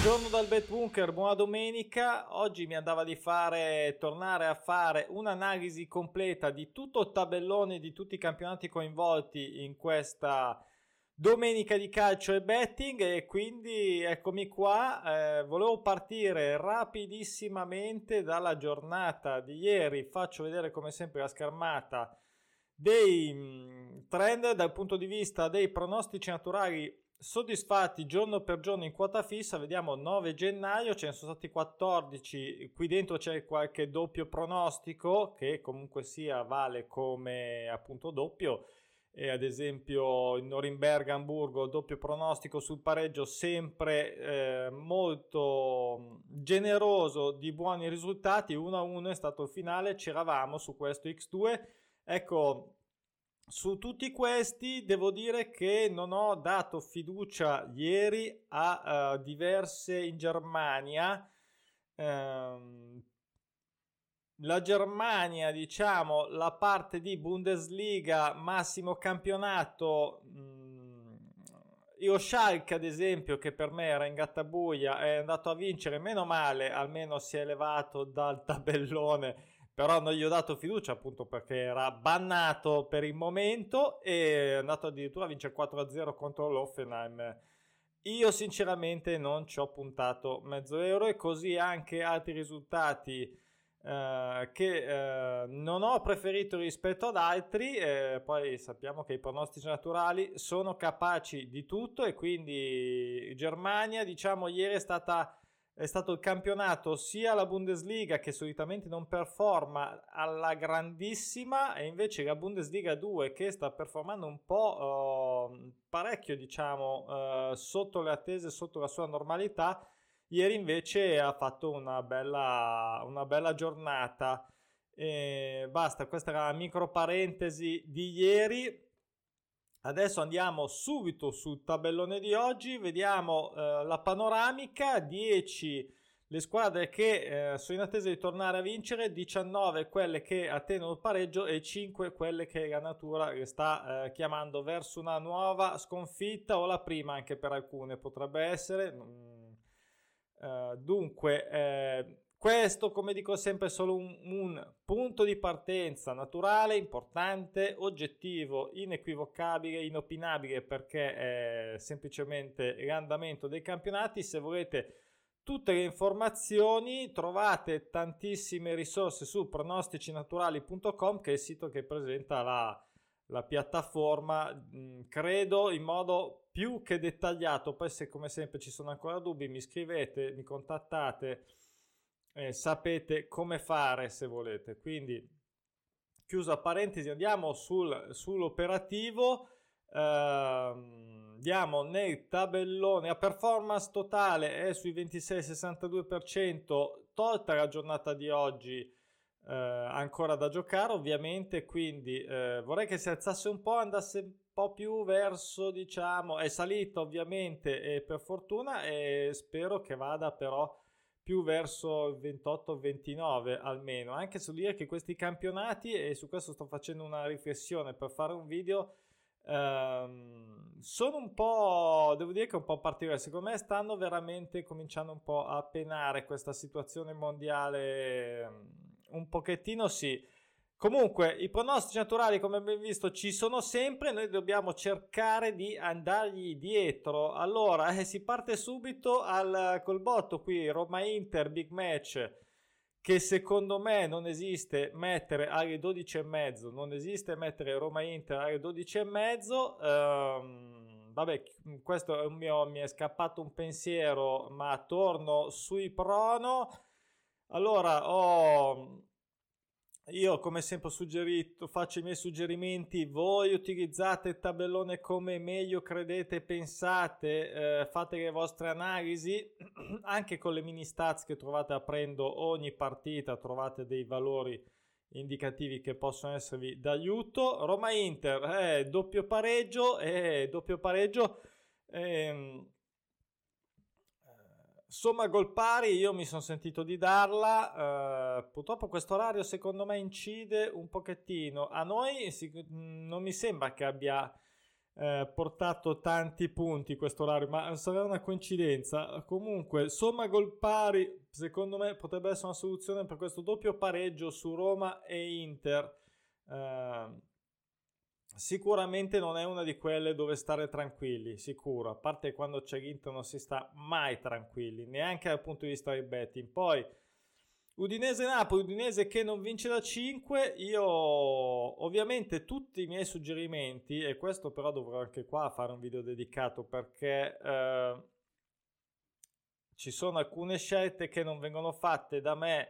Buongiorno dal Bet Bunker, buona domenica. Oggi mi andava di tornare a fare un'analisi completa di tutto il tabellone di tutti i campionati coinvolti in questa domenica di calcio e betting, e quindi eccomi qua. Volevo partire rapidissimamente dalla giornata di ieri. Faccio vedere come sempre la schermata dei trend dal punto di vista dei pronostici naturali soddisfatti giorno per giorno in quota fissa. Vediamo 9 gennaio, ce ne sono stati 14, qui dentro c'è qualche doppio pronostico che comunque sia vale come appunto doppio, e ad esempio il Norimberga Hamburgo doppio pronostico sul pareggio, sempre molto generoso di buoni risultati, 1-1 è stato il finale, c'eravamo su questo X2. Ecco, su tutti questi devo dire che non ho dato fiducia ieri a diverse in Germania. La Germania, diciamo, la parte di Bundesliga, massimo campionato, io Schalke ad esempio, che per me era in gattabuia, è andato a vincere, meno male, almeno si è elevato dal tabellone, però non gli ho dato fiducia appunto perché era bannato per il momento, e è andato addirittura a vincere 4-0 contro l'Hoffenheim. Io sinceramente non ci ho puntato mezzo euro, e così anche altri risultati che non ho preferito rispetto ad altri. Poi sappiamo che i pronostici naturali sono capaci di tutto, e quindi Germania, diciamo, ieri è stato il campionato, sia la Bundesliga, che solitamente non performa alla grandissima, e invece la Bundesliga 2 che sta performando un po' parecchio, diciamo, sotto le attese, sotto la sua normalità. Ieri invece ha fatto una bella giornata. Basta, questa era la micro parentesi di ieri. Adesso andiamo subito sul tabellone di oggi, vediamo la panoramica. 10 le squadre che sono in attesa di tornare a vincere, 19 quelle che attendono il pareggio, e 5 quelle che la natura le sta chiamando verso una nuova sconfitta, o la prima anche per alcune potrebbe essere. Dunque, questo, come dico sempre, è solo un punto di partenza naturale, importante, oggettivo, inequivocabile, inopinabile, perché è semplicemente l'andamento dei campionati. Se volete tutte le informazioni, trovate tantissime risorse su pronosticinaturali.com, che è il sito che presenta la piattaforma, credo in modo più che dettagliato. Poi, se come sempre ci sono ancora dubbi, mi scrivete, mi contattate, sapete come fare se volete. Quindi, chiusa parentesi, andiamo sull'operativo. Andiamo nel tabellone. La performance totale è sui 26-62%, tolta la giornata di oggi, ancora da giocare ovviamente, quindi vorrei che si alzasse un po', andasse un po' più verso, diciamo, è salita ovviamente, e per fortuna, e spero che vada però più verso il 28-29 almeno, anche se dire che questi campionati, e su questo sto facendo una riflessione per fare un video, sono un po', devo dire che un po' particolare, secondo me stanno veramente cominciando un po' a penare questa situazione mondiale, un pochettino sì. Comunque i pronostici naturali, come abbiamo visto, ci sono sempre, noi dobbiamo cercare di andargli dietro. Allora, si parte subito col botto qui, Roma-Inter, big match, che secondo me non esiste mettere alle 12:30, non esiste mettere Roma-Inter alle 12:30. Vabbè, questo è mi è scappato un pensiero, ma torno sui prono. Allora, io come sempre ho suggerito, faccio i miei suggerimenti, voi utilizzate il tabellone come meglio credete e pensate, fate le vostre analisi, anche con le mini stats che trovate aprendo ogni partita, trovate dei valori indicativi che possono esservi d'aiuto. Roma-Inter, doppio pareggio, somma gol pari, io mi sono sentito di darla. Purtroppo questo orario secondo me incide un pochettino. A noi non mi sembra che abbia portato tanti punti questo orario, ma sarà una coincidenza. Comunque, somma gol pari, secondo me potrebbe essere una soluzione per questo doppio pareggio su Roma e Inter. Sicuramente non è una di quelle dove stare tranquilli, sicuro, a parte quando c'è l'Inter non si sta mai tranquilli, neanche dal punto di vista dei betting. Poi Udinese-Napoli, Udinese che non vince da 5, io ovviamente tutti i miei suggerimenti, e questo però dovrò anche qua fare un video dedicato perché ci sono alcune scelte che non vengono fatte da me,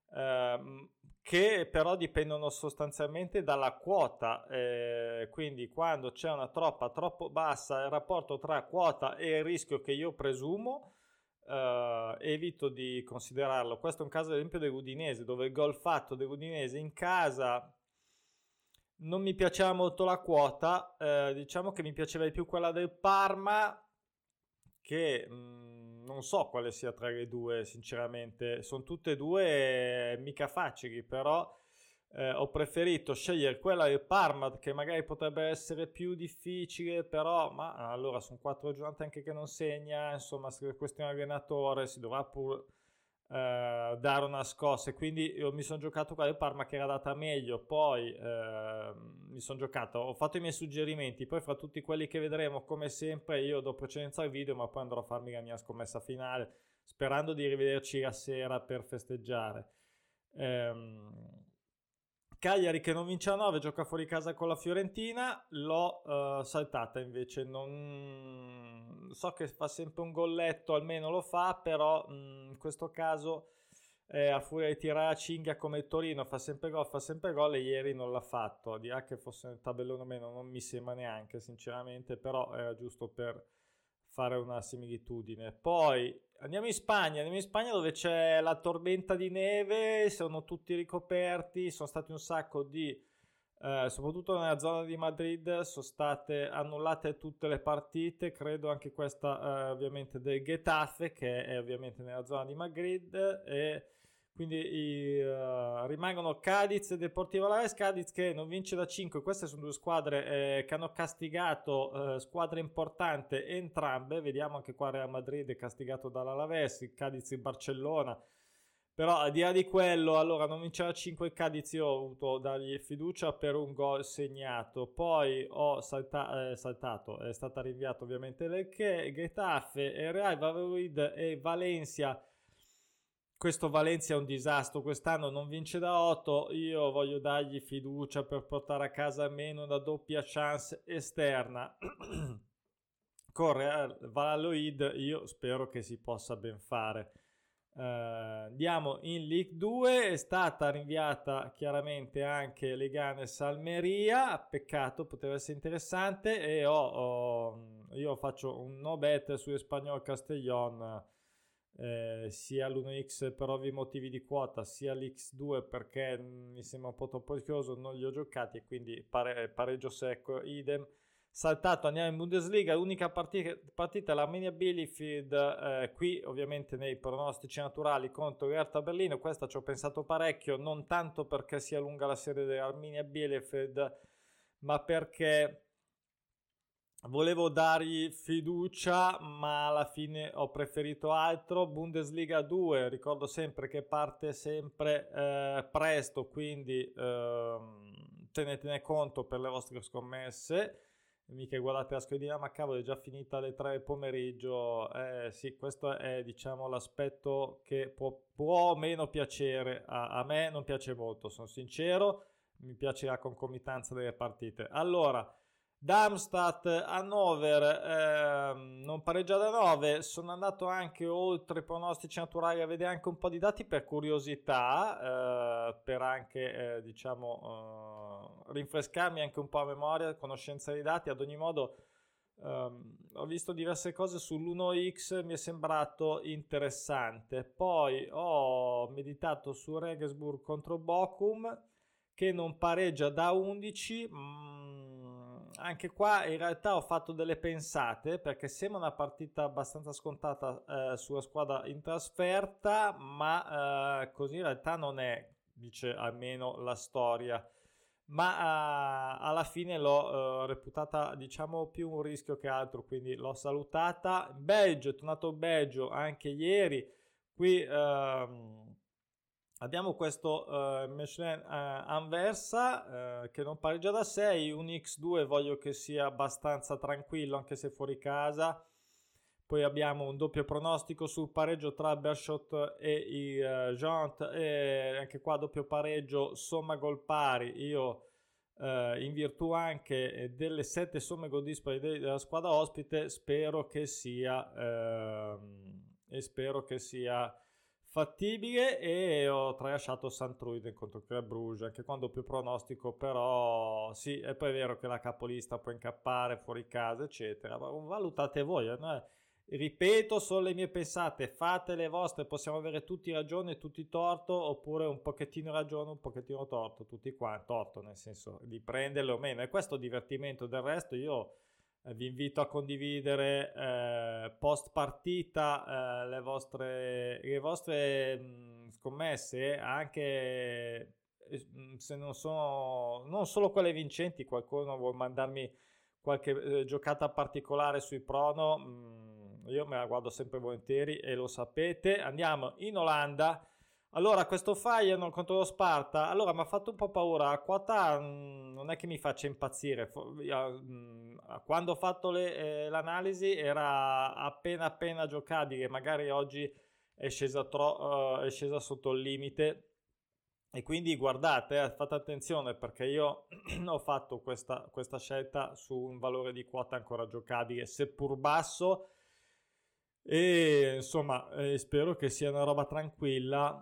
che però dipendono sostanzialmente dalla quota, quindi quando c'è una troppo bassa il rapporto tra quota e il rischio che io presumo, evito di considerarlo. Questo è un caso ad esempio dell'Udinese, dove il gol fatto dell'Udinese in casa non mi piaceva molto la quota, diciamo che mi piaceva di più quella del Parma, che non so quale sia tra le due, sinceramente. Sono tutte e due mica facili, però ho preferito scegliere quella del Parma, che magari potrebbe essere più difficile, però ma allora sono 4 giornate anche che non segna, insomma, se è questione allenatore si dovrà pur dare una scossa, e quindi io mi sono giocato quella del Parma che era data meglio. Poi mi sono giocato, ho fatto i miei suggerimenti, poi fra tutti quelli che vedremo come sempre io do precedenza al video, ma poi andrò a farmi la mia scommessa finale sperando di rivederci la sera per festeggiare. Cagliari che non vince a 9, gioca fuori casa con la Fiorentina, l'ho saltata invece, non so che fa sempre un golletto, almeno lo fa, però in questo caso a furia di tirare a cinghia come il Torino fa sempre gol e ieri non l'ha fatto, dirà che fosse nel tabellone o meno, non mi sembra neanche sinceramente, però era giusto per fare una similitudine. Poi andiamo in Spagna dove c'è la tormenta di neve, sono tutti ricoperti, sono stati un sacco di soprattutto nella zona di Madrid sono state annullate tutte le partite, credo anche questa ovviamente del Getafe che è ovviamente nella zona di Madrid, e quindi rimangono Cadiz e Deportivo Alaves. Cadiz che non vince da 5, queste sono due squadre che hanno castigato squadre importanti entrambe, vediamo anche qua Real Madrid è castigato dall'Alaves, il Cadiz il Barcellona, però al di là di quello, allora non vinceva 5 il Cadiz, io ho avuto dargli fiducia per un gol segnato, poi ho saltato, è stata rinviata ovviamente Lecce, Getafe, Real Valladolid e Valencia. Questo Valencia è un disastro, quest'anno non vince da 8, io voglio dargli fiducia per portare a casa almeno una doppia chance esterna. Con Real Valladolid io spero che si possa ben fare. Andiamo in Ligue 2, è stata rinviata chiaramente anche Leganes Almeria, peccato, poteva essere interessante, e io faccio un no bet su Espanyol Castellón, sia l'1x per ovvi motivi di quota, sia l'x2 perché mi sembra un po' troppo rischioso, non li ho giocati e quindi pareggio secco, idem. Saltato, andiamo in Bundesliga, l'unica partita l'Arminia Bielefeld, qui ovviamente nei pronostici naturali contro Hertha Berlino, questa ci ho pensato parecchio, non tanto perché sia lunga la serie dell'Arminia Bielefeld, ma perché volevo dargli fiducia, ma alla fine ho preferito altro. Bundesliga 2, ricordo sempre che parte sempre presto, quindi tenetene conto per le vostre scommesse. Mica guardate la schedina, ma cavolo è già finita alle 3 del pomeriggio. Sì, questo è diciamo l'aspetto che può o meno piacere a me, non piace molto, sono sincero, mi piace la concomitanza delle partite. Allora, Darmstadt Hannover non pareggia da 9, sono andato anche oltre i pronostici naturali a vedere anche un po' di dati per curiosità, per anche diciamo rinfrescarmi anche un po' a memoria, conoscenza dei dati. Ad ogni modo ho visto diverse cose sull'1x, mi è sembrato interessante. Poi ho meditato su Regensburg contro Bochum che non pareggia da 11. Anche qua in realtà ho fatto delle pensate perché sembra una partita abbastanza scontata sulla squadra in trasferta, ma così in realtà non è, dice almeno la storia ma alla fine l'ho reputata, diciamo, più un rischio che altro, quindi l'ho salutata. Belgio, è tornato in Belgio anche ieri. Qui abbiamo questo Michelin Anversa che non pareggia da 6, un X2 voglio che sia abbastanza tranquillo anche se fuori casa. Poi abbiamo un doppio pronostico sul pareggio tra Berchot e i Gent, e anche qua doppio pareggio, somma gol pari. Io in virtù anche delle 7 somme gol dispari della squadra ospite spero che sia fattibile, e ho tralasciato Santruiden contro Club Brugge anche qua doppio pronostico, però sì, e poi è vero che la capolista può incappare fuori casa eccetera, ma valutate voi, no? Ripeto, sono le mie pensate, fate le vostre, possiamo avere tutti ragione, tutti torto, oppure un pochettino ragione, un pochettino torto, tutti qua, torto nel senso di prenderle o meno, e questo divertimento. Del resto io vi invito a condividere post partita le vostre scommesse, anche se non sono non solo quelle vincenti, qualcuno vuole mandarmi qualche giocata particolare sui prono, io me la guardo sempre volentieri e lo sapete. Andiamo in Olanda. Allora, questo Feyenoord contro lo Sparta, allora mi ha fatto un po' paura. A quota non è che mi faccia impazzire. Quando ho fatto l'analisi era appena giocabile, magari oggi è scesa sotto il limite. E quindi guardate, fate attenzione perché io ho fatto questa scelta su un valore di quota ancora giocabile, seppur basso, e insomma spero che sia una roba tranquilla.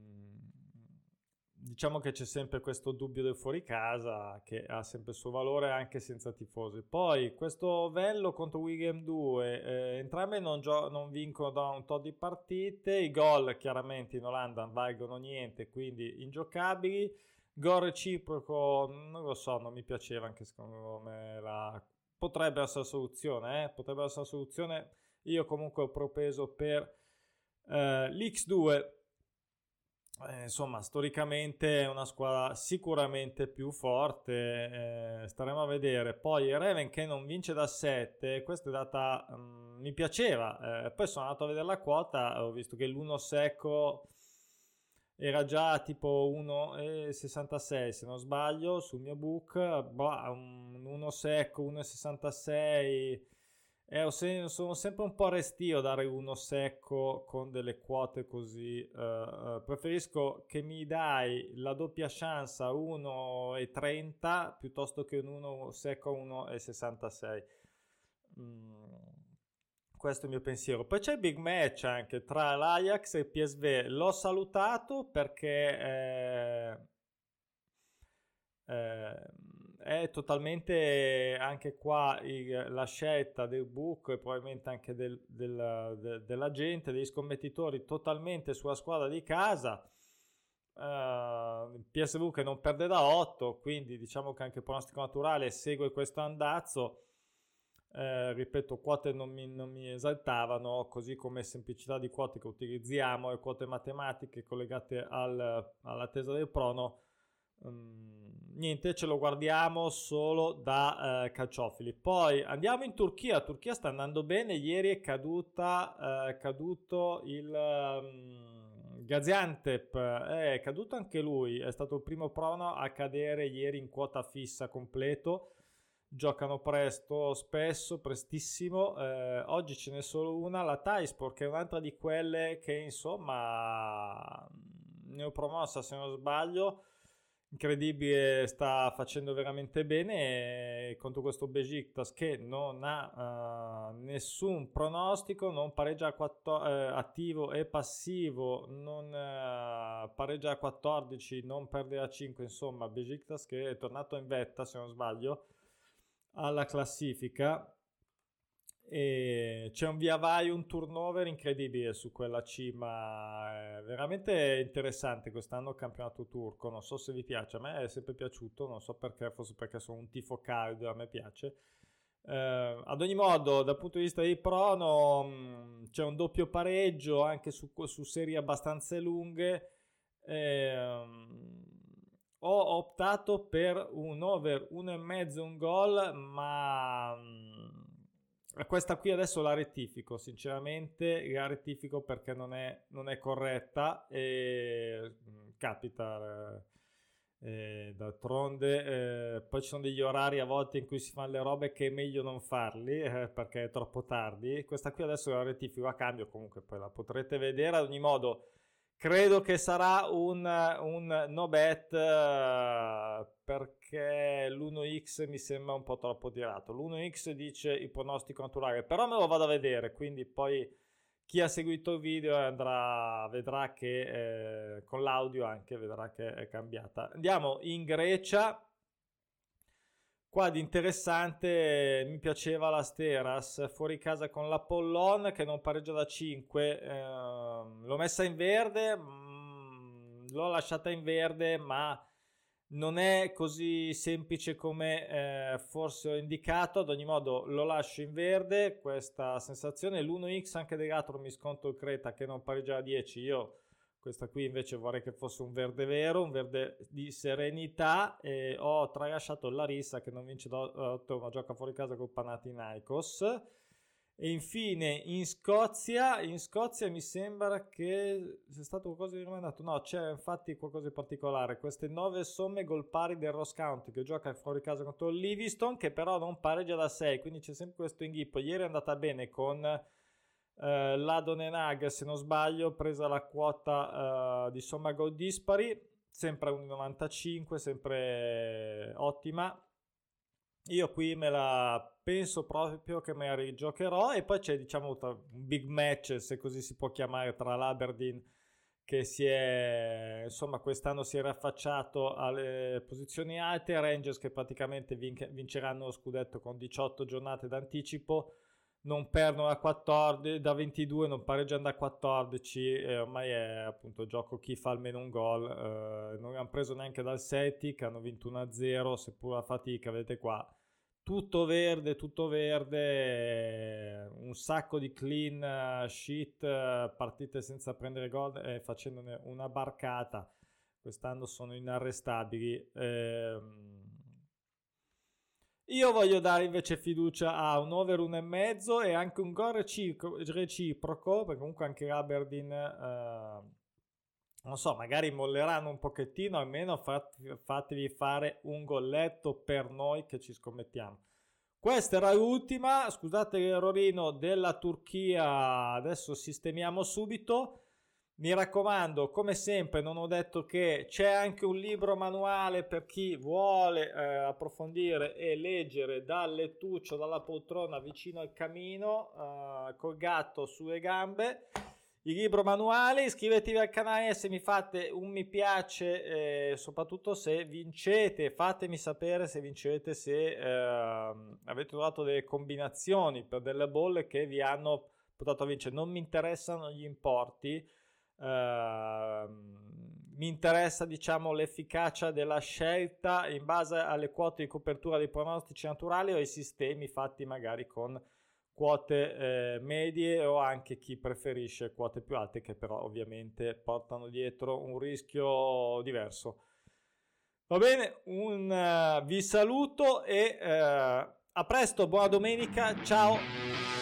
Diciamo che c'è sempre questo dubbio del fuori casa che ha sempre il suo valore anche senza tifosi. Poi questo Venlo contro Wigan 2, entrambe non vincono da un tot di partite, i gol chiaramente in Olanda non valgono niente, quindi ingiocabili. Gol reciproco, non lo so, non mi piaceva, anche secondo me potrebbe essere soluzione, potrebbe essere soluzione. Io comunque ho propeso per l'X2. Insomma, storicamente è una squadra sicuramente più forte, staremo a vedere. Poi Reven che non vince da 7, questa è data, mi piaceva, poi sono andato a vedere la quota, ho visto che l'1 secco era già tipo 1,66 se non sbaglio sul mio book, un 1 secco, 1,66. Sono sempre un po' restio a dare uno secco con delle quote così. Preferisco che mi dai la doppia chance a 1,30 piuttosto che un 1 secco a 1,66. Questo è il mio pensiero. Poi c'è il big match anche tra l'Ajax e il PSV. L'ho salutato perché è totalmente anche qua la scelta del book e probabilmente anche della gente, degli scommettitori, totalmente sulla squadra di casa. PSV che non perde da 8, quindi diciamo che anche il pronostico naturale segue questo andazzo. Ripeto, quote non mi esaltavano, così come semplicità di quote che utilizziamo e quote matematiche collegate all'attesa del prono. Niente, ce lo guardiamo solo da calciofili. Poi andiamo in Turchia. Turchia sta andando bene. Ieri è caduto il Gaziantep, è caduto anche lui. È stato il primo prono a cadere ieri in quota fissa completo. Giocano presto, spesso, prestissimo. Oggi ce n'è solo una, la Taispor, che è un'altra di quelle che insomma ne ho promossa se non sbaglio. Incredibile, sta facendo veramente bene contro questo Besiktas che non ha nessun pronostico, non pareggia attivo e passivo, non pareggia a 14, non perde a 5, insomma Besiktas che è tornato in vetta se non sbaglio alla classifica, e c'è un via vai, un turnover incredibile su quella cima. È veramente interessante quest'anno il campionato turco, non so se vi piace, a me è sempre piaciuto, non so perché, forse perché sono un tifo caldo, a me piace. Ad ogni modo, dal punto di vista dei prono, c'è un doppio pareggio anche su serie abbastanza lunghe. ho optato per un over 1,5, un gol, ma questa qui adesso la rettifico, sinceramente la rettifico perché non è corretta e capita. D'altronde poi ci sono degli orari a volte in cui si fanno le robe che è meglio non farli perché è troppo tardi. Questa qui adesso la rettifico a cambio, comunque poi la potrete vedere. Ad ogni modo credo che sarà un no bet perché l'1x mi sembra un po' troppo tirato. L'1x dice il pronostico naturale, però me lo vado a vedere, quindi poi chi ha seguito il video vedrà che con l'audio anche vedrà che è cambiata. Andiamo in Grecia. Qua di interessante mi piaceva la Steras fuori casa con l'Apollon che non pareggia da 5. L'ho messa in verde, l'ho lasciata in verde, ma non è così semplice come forse ho indicato. Ad ogni modo lo lascio in verde questa sensazione. L'1x anche dell'altro mi sconto il Creta che non pareggia a 10. Io questa qui invece vorrei che fosse un verde vero, un verde di serenità, e ho tralasciato il Larissa che non vince da 8 ma gioca fuori casa col Panathinaikos. E infine in Scozia mi sembra che sia stato qualcosa di rimandato. No, c'è infatti qualcosa di particolare. Queste 9 somme gol pari del Ross County che gioca fuori casa contro il Livingston, che però non pareggia da 6, quindi c'è sempre questo inghippo. Ieri è andata bene con l'Adonenag, se non sbaglio, presa la quota di somma gol dispari, sempre 1,95, sempre ottima. Io qui me la penso proprio che me la rigiocherò. E poi c'è, diciamo, un big match, se così si può chiamare, tra l'Aberdeen che insomma quest'anno si è raffacciato alle posizioni alte, Rangers che praticamente vinceranno lo scudetto con 18 giornate d'anticipo, non perdono da 14, da 22, non pareggiano da 14, ormai è appunto gioco chi fa almeno un gol. Non hanno preso neanche dal Celtic, hanno vinto 1-0, seppur a fatica. Vedete qua tutto verde, un sacco di clean sheet, partite senza prendere gol e facendone una barcata. Quest'anno sono inarrestabili. Io voglio dare invece fiducia a un over 1,5 e anche un gol reciproco, perché comunque anche l'Aberdeen, non so, magari molleranno un pochettino, almeno fatevi fare un golletto per noi che ci scommettiamo. Questa era l'ultima, scusate l'errorino della Turchia, adesso sistemiamo subito. Mi raccomando, come sempre, non ho detto che c'è anche un libro manuale per chi vuole approfondire e leggere dal lettuccio, dalla poltrona vicino al camino, col gatto sulle gambe. Il libro manuale, iscrivetevi al canale se mi fate un mi piace, soprattutto se vincete, fatemi sapere se vincete, se avete trovato delle combinazioni per delle bolle che vi hanno portato a vincere. Non mi interessano gli importi. Mi interessa, diciamo, l'efficacia della scelta in base alle quote di copertura dei pronostici naturali o ai sistemi fatti magari con quote medie, o anche chi preferisce quote più alte che però ovviamente portano dietro un rischio diverso. Va bene, vi saluto e a presto, buona domenica, ciao.